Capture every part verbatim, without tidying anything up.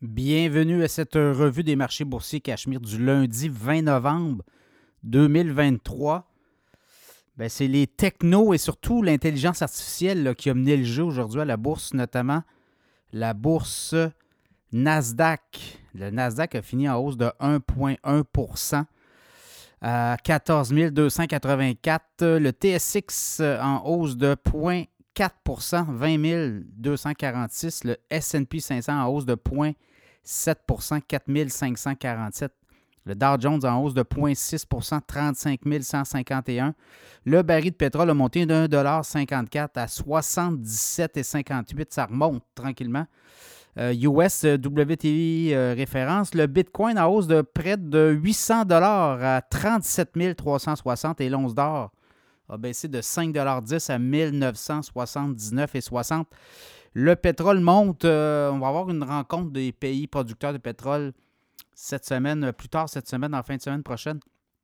Bienvenue à cette revue des marchés boursiers Cachemire du lundi vingt novembre deux mille vingt-trois. Ben, c'est les technos et surtout l'intelligence artificielle là, qui a mené le jeu aujourd'hui à la bourse, notamment la bourse Nasdaq. Le Nasdaq a fini en hausse de un virgule un pour cent à quatorze mille deux cent quatre-vingt-quatre. Le T S X en hausse de zéro virgule quatre pour cent, vingt mille deux cent quarante-six. Le S and P cinq cents en hausse de zéro virgule sept pour cent, quatre mille cinq cent quarante-sept. Le Dow Jones en hausse de zéro virgule six pour cent, trente-cinq mille cent cinquante et un. Le baril de pétrole a monté de un virgule cinquante-quatre à soixante-dix-sept virgule cinquante-huit. Ça remonte tranquillement. Euh, U S W T I euh, référence. Le Bitcoin en hausse de près de huit cents dollars à trente-sept mille trois cent soixante et l'once d'or a baissé de cinq virgule dix à mille neuf cent soixante-dix-neuf virgule soixante. Le pétrole monte. Euh, on va avoir une rencontre des pays producteurs de pétrole cette semaine, plus tard cette semaine, en fin de semaine prochaine.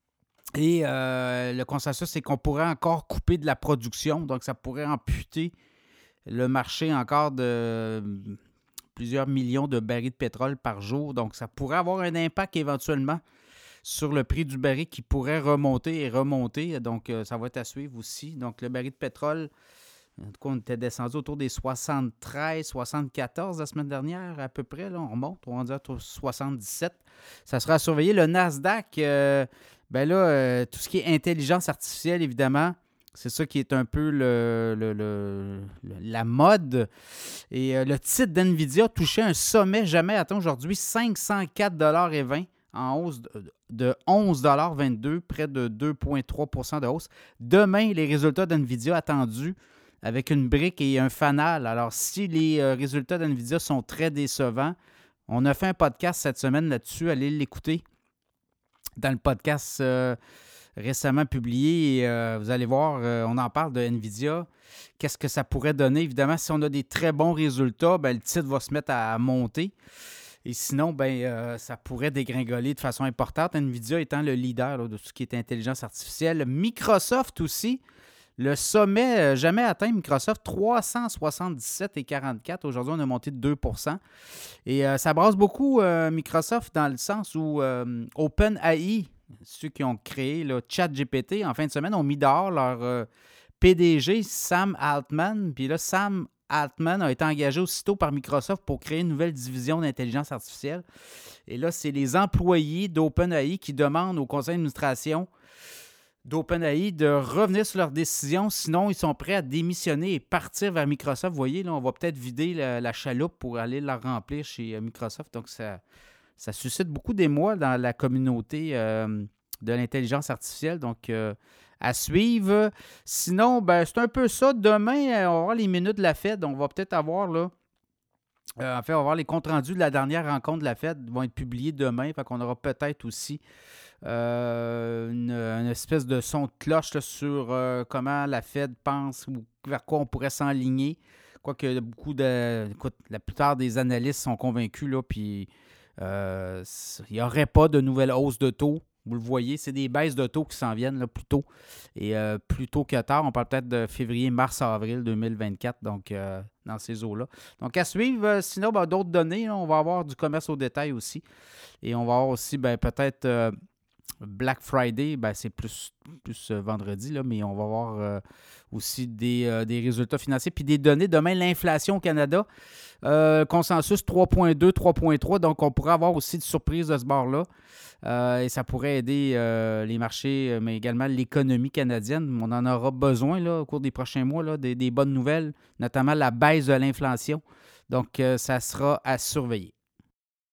Et euh, le consensus, c'est qu'on pourrait encore couper de la production. Donc, ça pourrait amputer le marché encore de plusieurs millions de barils de pétrole par jour. Donc, ça pourrait avoir un impact éventuellement sur le prix du baril qui pourrait remonter et remonter. Donc, euh, ça va être à suivre aussi. Donc, le baril de pétrole, en tout cas, on était descendu autour des soixante-treize, soixante-quatorze la semaine dernière à peu près. Là, on remonte, on va dire soixante-dix-sept. Ça sera à surveiller. Le Nasdaq, euh, ben là, euh, tout ce qui est intelligence artificielle, évidemment, c'est ça qui est un peu le, le, le, le, la mode. Et euh, le titre d'NVIDIA touchait un sommet jamais atteint aujourd'hui, cinq cent quatre virgule vingt dollars en hausse de, de onze virgule vingt-deux dollars, près de deux virgule trois pour cent de hausse. Demain, les résultats d'NVIDIA attendus avec une brique et un fanal. Alors, si les euh, résultats d'NVIDIA sont très décevants, on a fait un podcast cette semaine là-dessus. Allez l'écouter dans le podcast euh, récemment publié. Et, euh, vous allez voir, euh, on en parle de NVIDIA. Qu'est-ce que ça pourrait donner? Évidemment, si on a des très bons résultats, ben, le titre va se mettre à, à monter. Et sinon, ben, euh, ça pourrait dégringoler de façon importante. NVIDIA étant le leader là, de tout ce qui est intelligence artificielle. Microsoft aussi. Le sommet euh, jamais atteint, Microsoft, trois cent soixante-dix-sept virgule quarante-quatre. Aujourd'hui, on a monté de deux pour cent. Et euh, ça brasse beaucoup euh, Microsoft dans le sens où euh, OpenAI, ceux qui ont créé le ChatGPT, en fin de semaine, ont mis dehors leur euh, P D G, Sam Altman. Puis là, Sam Altman a été engagé aussitôt par Microsoft pour créer une nouvelle division d'intelligence artificielle. Et là, c'est les employés d'OpenAI qui demandent au conseil d'administration d'OpenAI de revenir sur leur décision, sinon ils sont prêts à démissionner et partir vers Microsoft. Vous voyez, là, on va peut-être vider la, la chaloupe pour aller la remplir chez Microsoft. Donc, ça, ça suscite beaucoup d'émoi dans la communauté euh, de l'intelligence artificielle. Donc, euh, à suivre. Sinon, ben, c'est un peu ça. Demain, on va avoir les minutes de la Fed. On va peut-être avoir, là, euh, en fait, on va avoir les comptes rendus de la dernière rencontre de la Fed qui vont être publiés demain. Fait qu'on aura peut-être aussi Euh, une, une espèce de son de cloche là, sur euh, comment la Fed pense ou vers quoi on pourrait s'enligner. Quoique beaucoup de. Écoute, la plupart des analystes sont convaincus, là, puis euh, il n'y aurait pas de nouvelle hausse de taux. Vous le voyez, c'est des baisses de taux qui s'en viennent là, plus tôt. Et euh, plus tôt que tard, on parle peut-être de février, mars, avril deux mille vingt-quatre, donc euh, dans ces eaux-là. Donc à suivre, sinon, ben, d'autres données, là, on va avoir du commerce au détail aussi. Et on va avoir aussi ben, peut-être. Euh, Black Friday, ben c'est plus, plus euh, vendredi, là, mais on va avoir euh, aussi des, euh, des résultats financiers. Puis des données. Demain, l'inflation au Canada, euh, consensus trois virgule deux, trois virgule trois. Donc, on pourrait avoir aussi des surprises de ce bord-là. Euh, et ça pourrait aider euh, les marchés, mais également l'économie canadienne. On en aura besoin là, au cours des prochains mois, là, des, des bonnes nouvelles, notamment la baisse de l'inflation. Donc, euh, ça sera à surveiller.